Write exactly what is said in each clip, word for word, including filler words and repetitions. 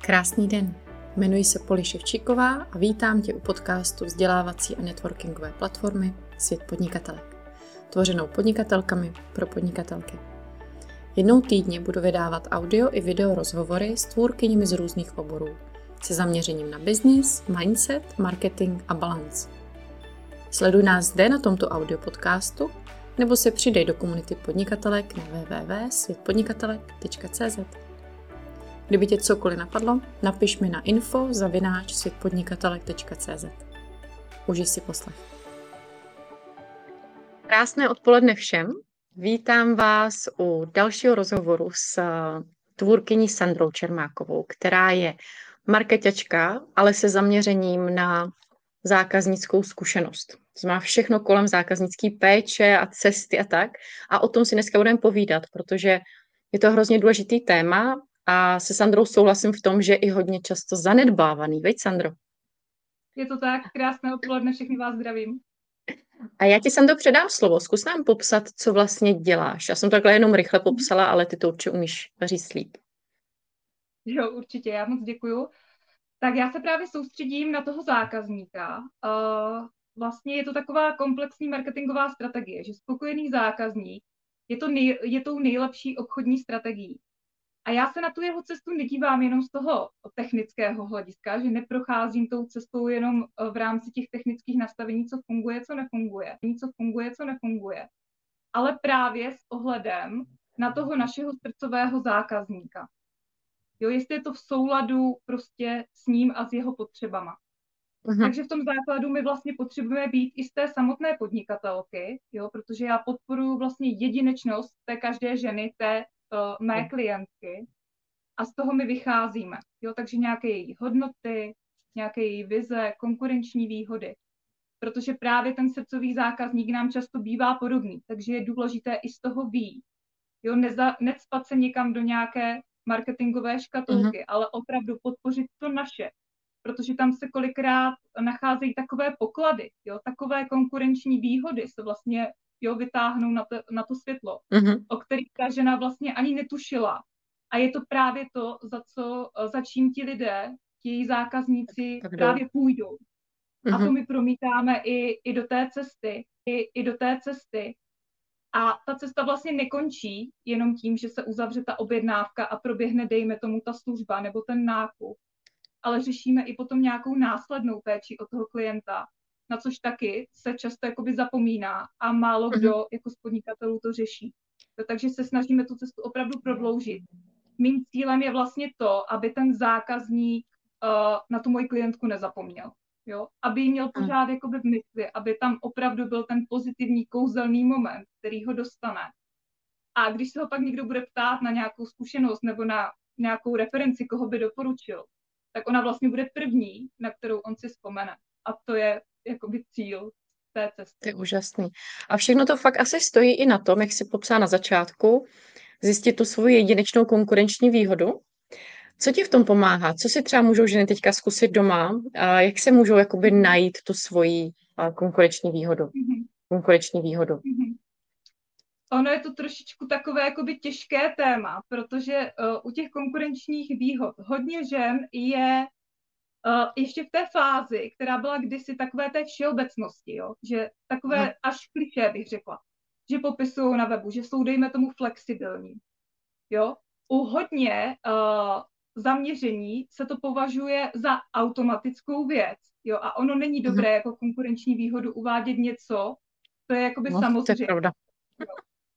Krásný den, jmenuji se Poli Ševčíková a vítám tě u podcastu vzdělávací a networkingové platformy Svět podnikatelek, tvořenou podnikatelkami pro podnikatelky. Jednou týdně budu vydávat audio i video rozhovory s tvůrkyněmi z různých oborů, se zaměřením na business, mindset, marketing a balance. Sleduj nás zde na tomto audio podcastu nebo se přidej do komunity podnikatelek na w w w tečka svět podnikatelek tečka c z. Kdyby tě cokoliv napadlo, napiš mi na info zavináč svět podnikatelek tečka c z. Užij si poslech. Krásné odpoledne všem. Vítám vás u dalšího rozhovoru s tvůrkyní Sandrou Čermákovou, která je marketačka, ale se zaměřením na zákaznickou zkušenost. To má všechno kolem zákaznické péče a cesty a tak. A o tom si dneska budeme povídat, protože je to hrozně důležitý téma a se Sandrou souhlasím v tom, že je i hodně často zanedbávaný. Veď, Sandro? Je to tak, krásné odpoledne, všechny vás zdravím. A já ti, Sandro, předám slovo. Zkus nám popsat, co vlastně děláš. Já jsem takhle jenom rychle popsala, ale ty to určitě umíš říct líp. Jo, určitě, já moc děkuju. Tak já se právě soustředím na toho zákazníka. Uh, vlastně je to taková komplexní marketingová strategie, že spokojený zákazník je, to nej, je tou nejlepší obchodní strategií. A já se na tu jeho cestu nedívám jenom z toho technického hlediska, že neprocházím tou cestou jenom v rámci těch technických nastavení, co funguje, co nefunguje, co funguje, co nefunguje, ale právě s ohledem na toho našeho srdcového zákazníka. Jo, jestli je to v souladu prostě s ním a s jeho potřebama. Uh-huh. Takže v tom základu my vlastně potřebujeme být i z té samotné podnikatelky, jo, protože já podporuji vlastně jedinečnost té každé ženy, té uh, mé klientky a z toho my vycházíme. Jo, takže nějaké její hodnoty, nějaké její vize, konkurenční výhody. Protože právě ten srdcový zákazník nám často bývá podobný, takže je důležité i z toho vyjít. Jo, neza, necpat se někam do nějaké marketingové škatulky, uh-huh. ale opravdu podpořit to naše, protože tam se kolikrát nacházejí takové poklady, jo, takové konkurenční výhody se vlastně jo, vytáhnou na to, na to světlo, uh-huh. o kterých ta žena vlastně ani netušila. A je to právě to, za, co, za čím ti lidé, ti její zákazníci tak právě půjdou. Uh-huh. A to my promítáme i, i do té cesty, i, i do té cesty. A ta cesta vlastně nekončí jenom tím, že se uzavře ta objednávka a proběhne, dejme tomu, ta služba nebo ten nákup, ale řešíme i potom nějakou následnou péči od toho klienta, na což taky se často jakoby zapomíná a málo kdo uh-huh. jako z podnikatelů to řeší. Takže se snažíme tu cestu opravdu prodloužit. Mým cílem je vlastně to, aby ten zákazník uh, na tu moji klientku nezapomněl. Jo? Aby jí měl pořád jakoby v mysli, aby tam opravdu byl ten pozitivní kouzelný moment, který ho dostane. A když se ho pak někdo bude ptát na nějakou zkušenost nebo na nějakou referenci, koho by doporučil, tak ona vlastně bude první, na kterou on si vzpomene. A to je jakoby cíl té cesty. To je úžasný. A všechno to fakt asi stojí i na tom, jak jsi popsala na začátku, zjistit tu svoji jedinečnou konkurenční výhodu. Co ti v tom pomáhá? Co si třeba můžou ženy teďka zkusit doma? A jak se můžou jakoby najít tu svoji konkurenční výhodu? Mm-hmm. Konkurenční výhodu. Mm-hmm. Ono je to trošičku takové jakoby těžké téma, protože uh, u těch konkurenčních výhod hodně žen je uh, ještě v té fázi, která byla kdysi takové té všeobecnosti, jo? Že takové mm. až klišé bych řekla, že popisují na webu, že jsou, dejme tomu, flexibilní. Jo? U hodně uh, zaměření se to považuje za automatickou věc. Jo? A ono není dobré mm. jako konkurenční výhodu uvádět něco, to je jakoby no, samozřejmě. To je pravda. Jo?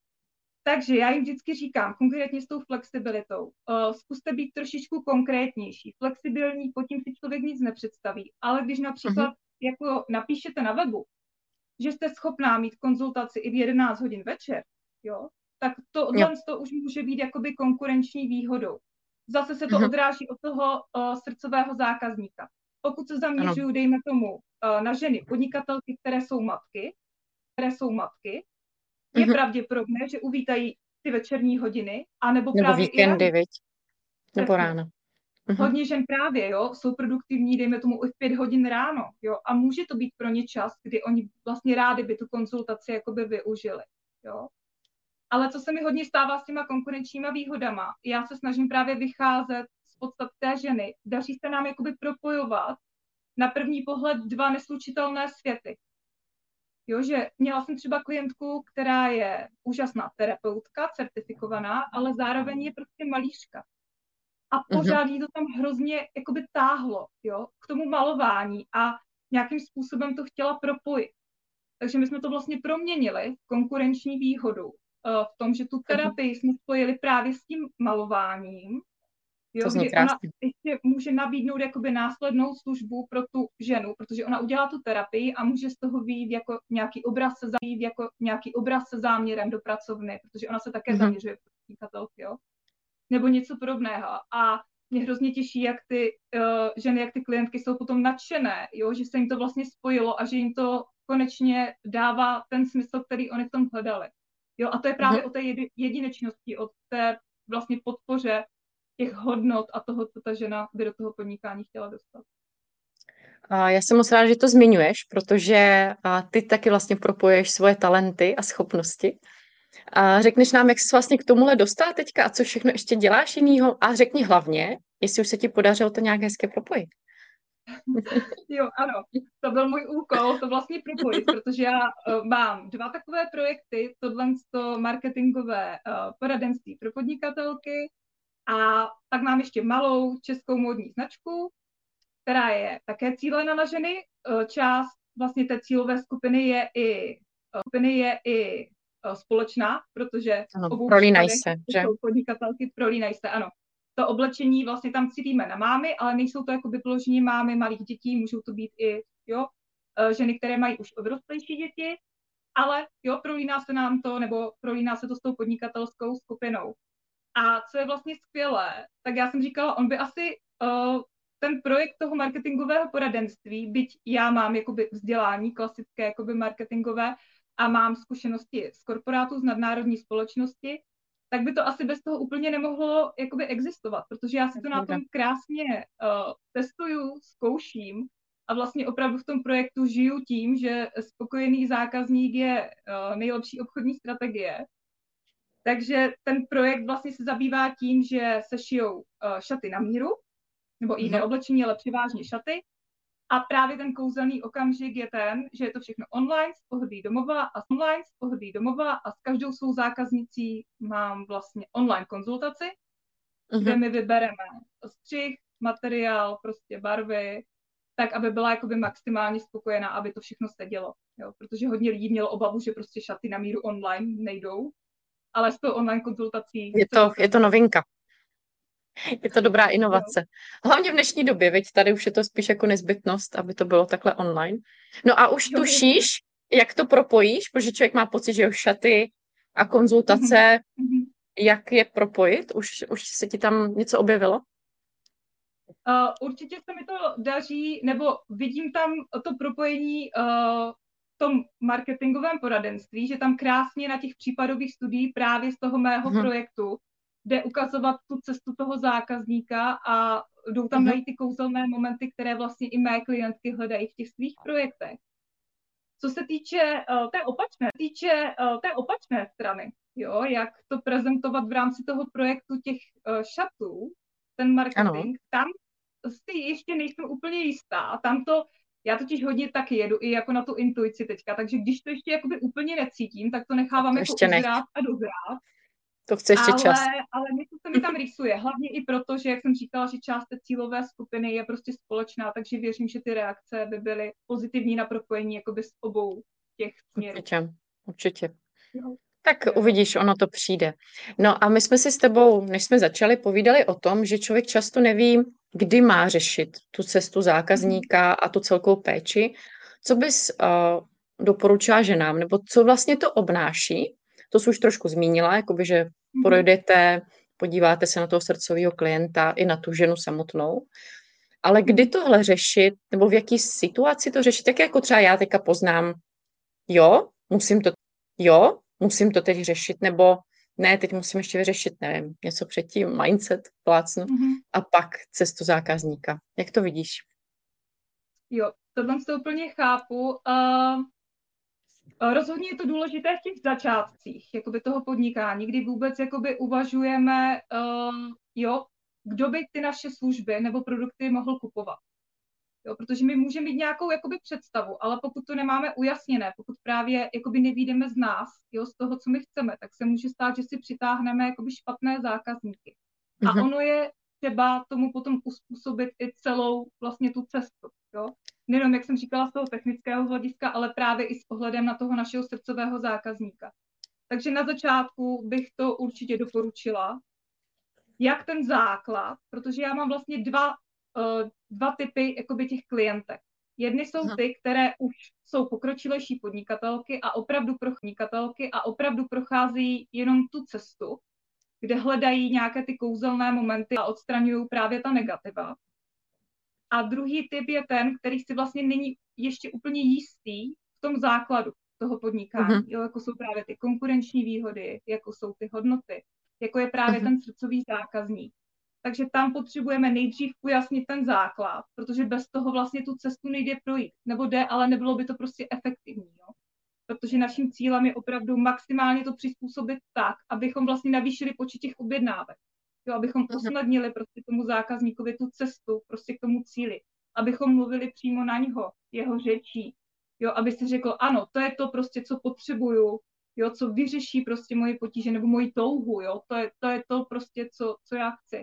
Takže já jim vždycky říkám, konkrétně s tou flexibilitou, uh, zkuste být trošičku konkrétnější. Flexibilní, pod tím si člověk nic nepředstaví, ale když například uh-huh. jako napíšete na webu, že jste schopná mít konzultaci i v jedenáct hodin večer, jo, tak tohle to už může být jakoby konkurenční výhodou. Zase se to uh-huh. odráží od toho uh, srdcového zákazníka. Pokud se zaměřuju, dejme tomu, uh, na ženy podnikatelky, které jsou matky, které jsou matky, je uh-huh. pravděpodobné, že uvítají ty večerní hodiny, anebo nebo právě víkendy, i viď? Nebo ráno. Uh-huh. Hodně žen právě, jo, jsou produktivní, dejme tomu i v pět hodin ráno, jo, a může to být pro ně čas, kdy oni vlastně rádi by tu konzultaci jakoby využili, jo. Ale co se mi hodně stává s těma konkurenčníma výhodama, já se snažím právě vycházet z podstat té ženy. Daří se nám jakoby propojovat na první pohled dva neslučitelné světy. Jo, že měla jsem třeba klientku, která je úžasná terapeutka, certifikovaná, ale zároveň je prostě malířka. A pořád jí to tam hrozně jakoby táhlo, jo, k tomu malování a nějakým způsobem to chtěla propojit. Takže my jsme to vlastně proměnili v konkurenční výhodu uh, v tom, že tu terapii jsme spojili právě s tím malováním, jo, kdy ona ještě může nabídnout jakoby následnou službu pro tu ženu, protože ona udělá tu terapii a může z toho vyjít jako nějaký obraz se, zajít jako nějaký obraz se záměrem do pracovny, protože ona se také mm-hmm. zaměřuje pro podnikatelky, jo, nebo něco podobného. A mě hrozně těší, jak ty uh, ženy, jak ty klientky jsou potom nadšené, jo, že se jim to vlastně spojilo a že jim to konečně dává ten smysl, který oni v tom hledali. Jo, a to je právě mm-hmm. o té jedinečnosti, o té vlastně podpoře těch hodnot a toho, co ta žena by do toho podnikání chtěla dostat. A já jsem moc ráda, že to zmiňuješ, protože ty taky vlastně propojuješ svoje talenty a schopnosti. A řekneš nám, jak jsi vlastně k tomuhle dostala teďka a co všechno ještě děláš jinýho? A řekni hlavně, jestli už se ti podařilo to nějak hezky propojit. Jo, ano, to byl můj úkol, to vlastně propojit, protože já uh, mám dva takové projekty, tohle to marketingové uh, poradenství pro podnikatelky a pak mám ještě malou českou módní značku, která je také cílena na ženy. Uh, část vlastně té cílové skupiny je i, uh, skupiny je i uh, společná, protože ano, prolínají se, že? Jsou podnikatelky, prolínají se, ano. To oblečení vlastně tam cílíme na mámy, ale nejsou to jako vyložení mámy malých dětí, můžou to být i jo, ženy, které mají už odrostlejší děti, ale jo, prolíná se nám to, nebo prolíná se to s tou podnikatelskou skupinou. A co je vlastně skvělé, tak já jsem říkala, on by asi uh, ten projekt toho marketingového poradenství, byť já mám jakoby vzdělání klasické jakoby marketingové a mám zkušenosti z korporátu, z nadnárodní společnosti, tak by to asi bez toho úplně nemohlo jakoby existovat, protože já si to na tom krásně uh, testuju, zkouším a vlastně opravdu v tom projektu žiju tím, že spokojený zákazník je uh, nejlepší obchodní strategie. Takže ten projekt vlastně se zabývá tím, že se šijou uh, šaty na míru, nebo i jiné oblečení, ale převážně šaty. A právě ten kouzelný okamžik je ten, že je to všechno online, z pohodlí domova a online, z pohodlí domova a s každou svou zákaznicí mám vlastně online konzultaci, uh-huh. kde my vybereme střih, materiál, prostě barvy, tak, aby byla jakoby maximálně spokojená, aby to všechno sedělo. Jo? Protože hodně lidí mělo obavu, že prostě šaty na míru online nejdou, ale s tou online konzultací... Je to, je to novinka. Je to dobrá inovace. Hlavně v dnešní době, veď tady už je to spíš jako nezbytnost, aby to bylo takhle online. No a už tušíš, jak to propojíš, protože člověk má pocit, že jo, šaty a konzultace, mm-hmm. jak je propojit? Už, už se ti tam něco objevilo? Uh, určitě se mi to daří, nebo vidím tam to propojení uh, v tom marketingovém poradenství, že tam krásně na těch případových studií právě z toho mého mm-hmm. projektu jde ukazovat tu cestu toho zákazníka a jdou tam mm-hmm. najít ty kouzelné momenty, které vlastně i mé klientky hledají v těch svých projektech. Co se týče uh, té opačné, týče uh, té opačné strany, jo, jak to prezentovat v rámci toho projektu těch uh, šatů, ten marketing, ano. Tam si ještě nejsem úplně jistá. Tam to, já totiž hodně taky jedu i jako na tu intuici teďka, takže když to ještě jakoby úplně necítím, tak to nechávám to jako uzrát a dozrát. To chce ještě ale, čas. Ale něco se mi tam rýsuje. Hlavně i proto, že jak jsem říkala, že část té cílové skupiny je prostě společná, takže věřím, že ty reakce by byly pozitivní na propojení jakoby s obou těch směrů. Určitě, určitě. Jo. Tak uvidíš, ono to přijde. No a my jsme si s tebou, než jsme začali, povídali o tom, že člověk často neví, kdy má řešit tu cestu zákazníka a tu celkovou péči. Co bys uh, doporučila ženám, nebo co vlastně to obnáší? To jsi už trošku zmínila, jakoby, že projdete, podíváte se na toho srdcového klienta i na tu ženu samotnou. Ale kdy tohle řešit, nebo v jaký situaci to řešit, tak jako třeba já teďka poznám, jo, musím to, jo, musím to teď řešit, nebo ne, teď musím ještě vyřešit, nevím, něco předtím, mindset, plácnu, mm-hmm. a pak cestu zákazníka. Jak to vidíš? Jo, tohle to úplně chápu. Uh, rozhodně je to důležité v těch začátcích jakoby toho podnikání, kdy vůbec jakoby uvažujeme, uh, jo, kdo by ty naše služby nebo produkty mohl kupovat. Jo, protože my můžeme mít nějakou jakoby představu, ale pokud to nemáme ujasněné, pokud právě jakoby nevyjdeme z nás, jo, z toho, co my chceme, tak se může stát, že si přitáhneme jakoby špatné zákazníky. A Mhm. ono je třeba tomu potom uspůsobit i celou vlastně tu cestu. Jo? Nejenom, jak jsem říkala, z toho technického hlediska, ale právě i s ohledem na toho našeho srdcového zákazníka. Takže na začátku bych to určitě doporučila, jak ten základ, protože já mám vlastně dva, uh, dva typy jakoby těch klientek. Jedny jsou Aha. ty, které už jsou pokročilejší podnikatelky a opravdu pro podnikatelky a opravdu procházejí jenom tu cestu, kde hledají nějaké ty kouzelné momenty a odstraňují právě ta negativa. A druhý typ je ten, který si vlastně není ještě úplně jistý v tom základu toho podnikání, Mhm. jo, jako jsou právě ty konkurenční výhody, jako jsou ty hodnoty, jako je právě Mhm. ten srdcový zákazník. Takže tam potřebujeme nejdřív ujasnit ten základ, protože bez toho vlastně tu cestu nejde projít. Nebo jde, ale nebylo by to prostě efektivní. Jo? Protože naším cílem je opravdu maximálně to přizpůsobit tak, abychom vlastně navýšili počet těch objednávek. Jo, abychom Mhm. usnadnili prostě tomu zákazníkovi tu cestu prostě k tomu cíli. Abychom mluvili přímo na něho, jeho řečí. Jo, aby si řekl, ano, to je to prostě, co potřebuju, jo, co vyřeší prostě moje potíže nebo moji touhu, jo, to je to, je to prostě, co, co já chci.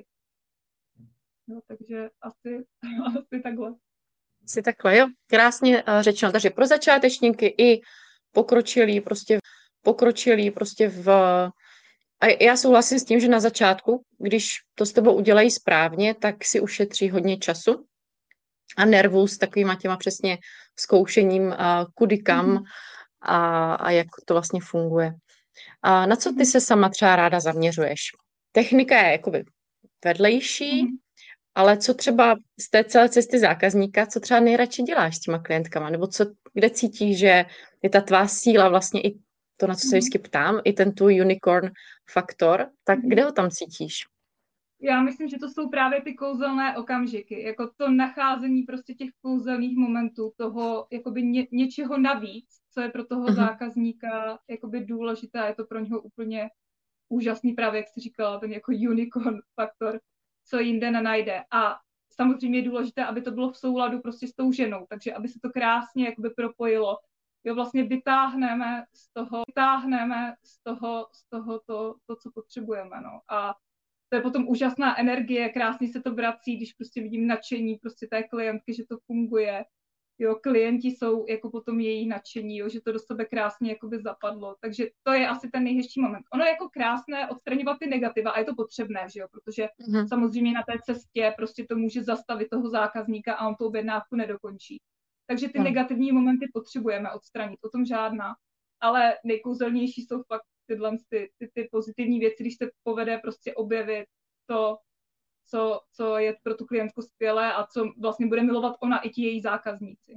Jo, takže asi, asi takhle. Si takhle, jo, krásně uh, řečeno. Takže pro začátečníky i pokročilí prostě, pokročilí prostě v... A já souhlasím s tím, že na začátku, když to s tebou udělají správně, tak si ušetří hodně času a nervů s takovýma těma přesně zkoušením, uh, kudy kam Mhm. a, a jak to vlastně funguje. A na co ty Mhm. se sama třeba ráda zaměřuješ? Technika je jakoby vedlejší, Mhm. ale co třeba z té celé cesty zákazníka, co třeba nejradši děláš s těma klientkama? Nebo co, kde cítíš, že je ta tvá síla vlastně i to, na co se Mhm. vždycky ptám, i ten tvůj unicorn faktor, tak Mhm. kde ho tam cítíš? Já myslím, že to jsou právě ty kouzelné okamžiky, jako to nacházení prostě těch kouzelných momentů, toho jakoby ně, něčeho navíc, co je pro toho Mhm. zákazníka jakoby důležité a je to pro něho úplně úžasný právě, jak jsi říkala, ten jako unicorn faktor, co jinde nenajde. A samozřejmě je důležité, aby to bylo v souladu prostě s tou ženou, takže aby se to krásně jakoby propojilo. Jo, vlastně vytáhneme z toho, vytáhneme z toho, z toho to, to, co potřebujeme, no. A to je potom úžasná energie, krásně se to vrací, když prostě vidím nadšení prostě té klientky, že to funguje. Jo, klienti jsou jako potom její nadšení, jo, že to do sebe krásně jakoby zapadlo. Takže to je asi ten nejhezčí moment. Ono je jako krásné odstraňovat ty negativa a je to potřebné, že jo, protože Mhm. samozřejmě na té cestě prostě to může zastavit toho zákazníka a on tu objednávku nedokončí. Takže ty Ano. negativní momenty potřebujeme odstranit, o tom žádná. Ale nejkouzelnější jsou fakt tyhle ty, ty, ty pozitivní věci, když se povede prostě objevit to, co, co je pro tu klientku skvělé a co vlastně bude milovat ona i ti její zákazníci.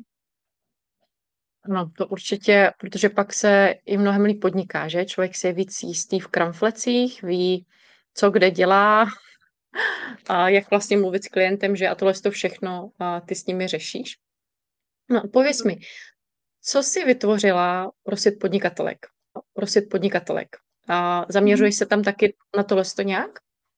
Ano, to určitě, protože pak se i mnohem líp podniká, že? Člověk si je víc jistý v kramflecích, ví, co kde dělá, a jak vlastně mluvit s klientem, že a tohle to všechno a ty s nimi řešíš. No, pověz mi, co jsi vytvořila pro svět podnikatelek? Pro svět podnikatelek. A zaměřuješ se tam taky na tohle to nějak?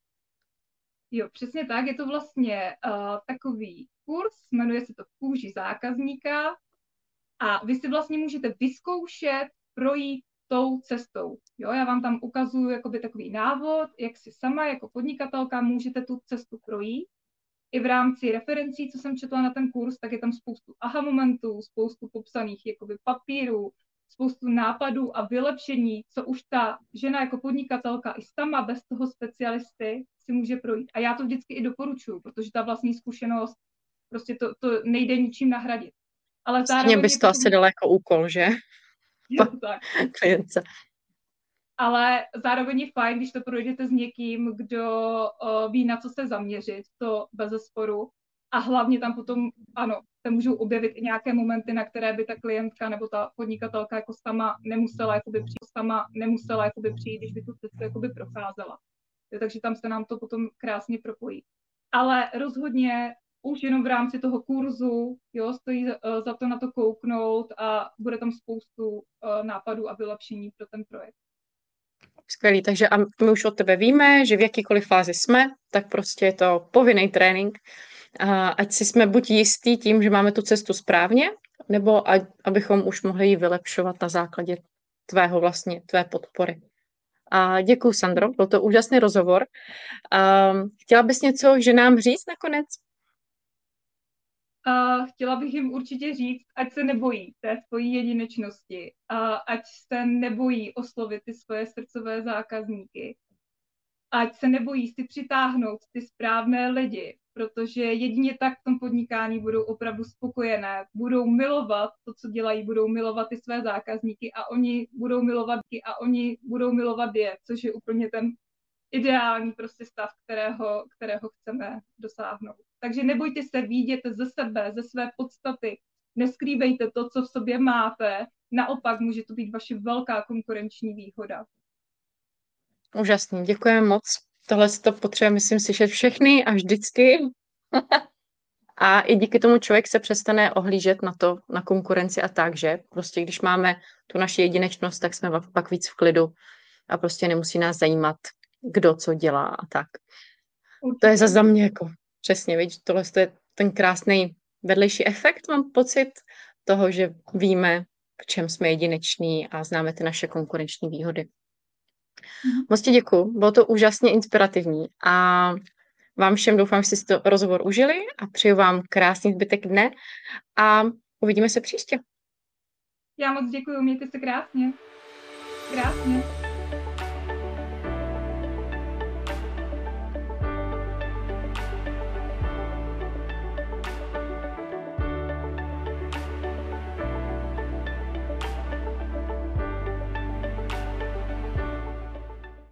Jo, přesně tak. Je to vlastně uh, takový kurz, jmenuje se to Kůži zákazníka a vy si vlastně můžete vyzkoušet projít tou cestou. Jo, já vám tam ukazuju jakoby takový návod, jak si sama jako podnikatelka můžete tu cestu projít. I v rámci referencí, co jsem četla na ten kurz, tak je tam spoustu aha momentů, spoustu popsaných jakoby papírů, spoustu nápadů a vylepšení, co už ta žena jako podnikatelka i sama bez toho specialisty si může projít. A já to vždycky i doporučuji, protože ta vlastní zkušenost prostě to, to nejde ničím nahradit. Ale Stejně zároveň bys je to potom... asi dala jako úkol, že? Je to tak. Klientce. Ale zároveň je fajn, když to projdete s někým, kdo uh, ví, na co se zaměřit, to bez sporu. A hlavně tam potom, ano, se můžou objevit i nějaké momenty, na které by ta klientka nebo ta podnikatelka jako sama nemusela jakoby přijít, sama nemusela jakoby přijít, když by tu cestu jakoby procházela. Jo, takže tam se nám to potom krásně propojí. Ale rozhodně už jenom v rámci toho kurzu, jo, stojí uh, za to na to kouknout a bude tam spoustu uh, nápadů a vylepšení pro ten projekt. Skvělý, takže a my už od tebe víme, že v jakýkoliv fázi jsme, tak prostě je to povinný trénink. A ať si jsme buď jistí tím, že máme tu cestu správně, nebo ať, abychom už mohli ji vylepšovat na základě tvého vlastně, tvé podpory. A děkuji, Sandro, byl to úžasný rozhovor. A chtěla bys něco ženám říct nakonec? Uh, chtěla bych jim určitě říct, ať se nebojí té svojí jedinečnosti, uh, ať se nebojí oslovit ty svoje srdcové zákazníky, ať se nebojí si přitáhnout ty správné lidi, protože jedině tak v tom podnikání budou opravdu spokojené, budou milovat to, co dělají, budou milovat ty své zákazníky a oni budou milovat a oni budou milovat je, což je úplně ten ideální prostě stav, kterého, kterého chceme dosáhnout. Takže nebojte se, vyjděte ze sebe, ze své podstaty, neskrývejte to, co v sobě máte, naopak může to být vaše velká konkurenční výhoda. Úžasný, děkujeme moc. Tohle si to potřebuje, myslím, slyšet všechny a vždycky. A i díky tomu člověk se přestane ohlížet na to, na konkurenci a tak, že prostě když máme tu naši jedinečnost, tak jsme pak víc v klidu a prostě nemusí nás zajímat, kdo co dělá a tak. Určitě. To je zase za mě jako přesně, víš, tohle je ten krásný vedlejší efekt, mám pocit toho, že víme, v čem jsme jedineční a známe ty naše konkurenční výhody. Mm-hmm. Moc ti děkuju, bylo to úžasně inspirativní a vám všem doufám, že jste to rozhovor užili a přeju vám krásný zbytek dne a uvidíme se příště. Já moc děkuju, mějte se krásně. Krásně.